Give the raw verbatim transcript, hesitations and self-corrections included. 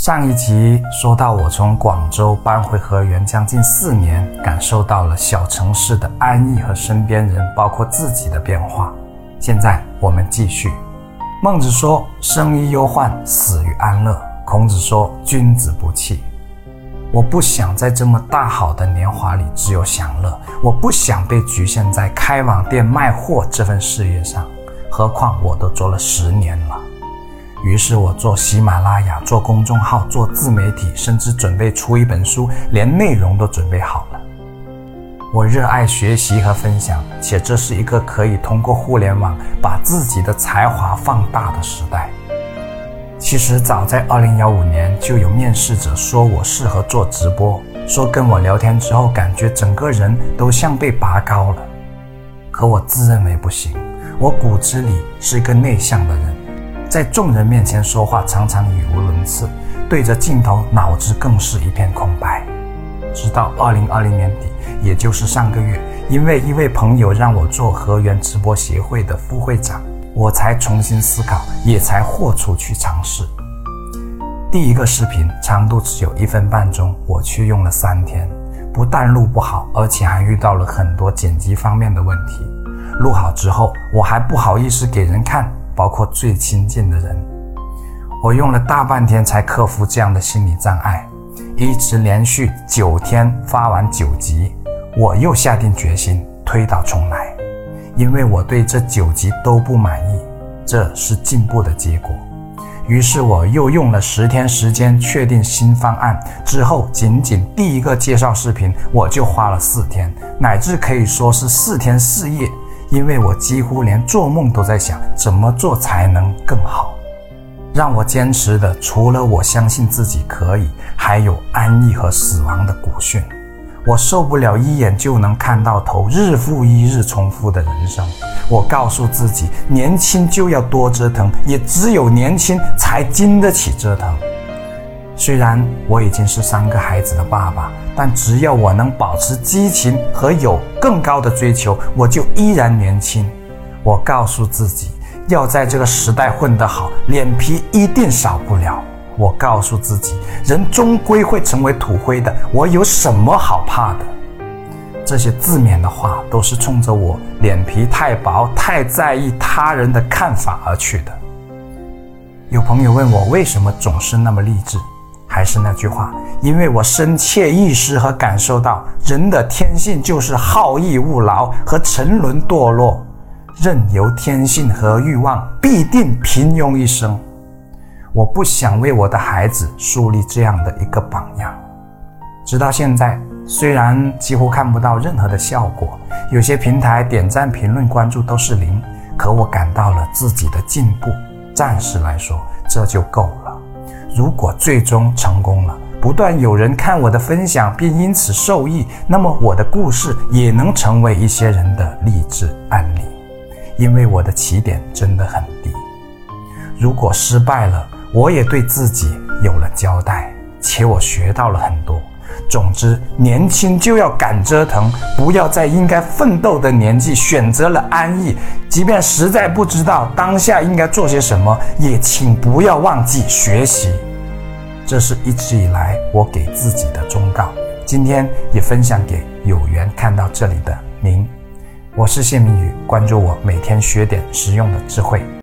上一集说到我从广州搬回河源将近四年，感受到了小城市的安逸和身边人包括自己的变化。现在我们继续。孟子说生于忧患，死于安乐。孔子说君子不器。我不想在这么大好的年华里只有享乐，我不想被局限在开网店卖货这份事业上，何况我都做了十年了。于是我做喜马拉雅，做公众号，做自媒体，甚至准备出一本书，连内容都准备好了。我热爱学习和分享，且这是一个可以通过互联网把自己的才华放大的时代。其实早在二零一五年就有面试者说我适合做直播，说跟我聊天之后感觉整个人都像被拔高了。可我自认为不行，我骨子里是一个内向的人，在众人面前说话常常语无伦次，对着镜头脑子更是一片空白。直到二零二零年底，也就是上个月，因为一位朋友让我做河源直播协会的副会长，我才重新思考，也才豁出去尝试。第一个视频长度只有一分半钟，我却用了三天，不但录不好，而且还遇到了很多剪辑方面的问题。录好之后，我还不好意思给人看，包括最亲近的人。我用了大半天才克服这样的心理障碍，一直连续九天发完九集，我又下定决心推倒重来，因为我对这九集都不满意，这是进步的结果。于是我又用了十天时间确定新方案，之后仅仅第一个介绍视频我就花了四天，乃至可以说是四天四夜，因为我几乎连做梦都在想怎么做才能更好。让我坚持的除了我相信自己可以，还有安逸和死亡的古训。我受不了一眼就能看到头，日复一日重复的人生。我告诉自己，年轻就要多折腾，也只有年轻才经得起折腾。虽然我已经是三个孩子的爸爸，但只要我能保持激情和有更高的追求，我就依然年轻。我告诉自己，要在这个时代混得好，脸皮一定少不了。我告诉自己，人终归会成为土灰的，我有什么好怕的？这些自勉的话都是冲着我脸皮太薄，太在意他人的看法而去的。有朋友问我为什么总是那么励志，还是那句话，因为我深切意识和感受到，人的天性就是好逸恶劳和沉沦堕落，任由天性和欲望，必定平庸一生。我不想为我的孩子树立这样的一个榜样。直到现在，虽然几乎看不到任何的效果，有些平台点赞、评论、关注都是零，可我感到了自己的进步，暂时来说这就够了。如果最终成功了，不断有人看我的分享并因此受益，那么我的故事也能成为一些人的励志案例，因为我的起点真的很低。如果失败了，我也对自己有了交代，且我学到了很多。总之，年轻就要敢折腾，不要在应该奋斗的年纪选择了安逸，即便实在不知道当下应该做些什么，也请不要忘记学习。这是一直以来我给自己的忠告，今天也分享给有缘看到这里的您。我是谢明宇，关注我，每天学点实用的智慧。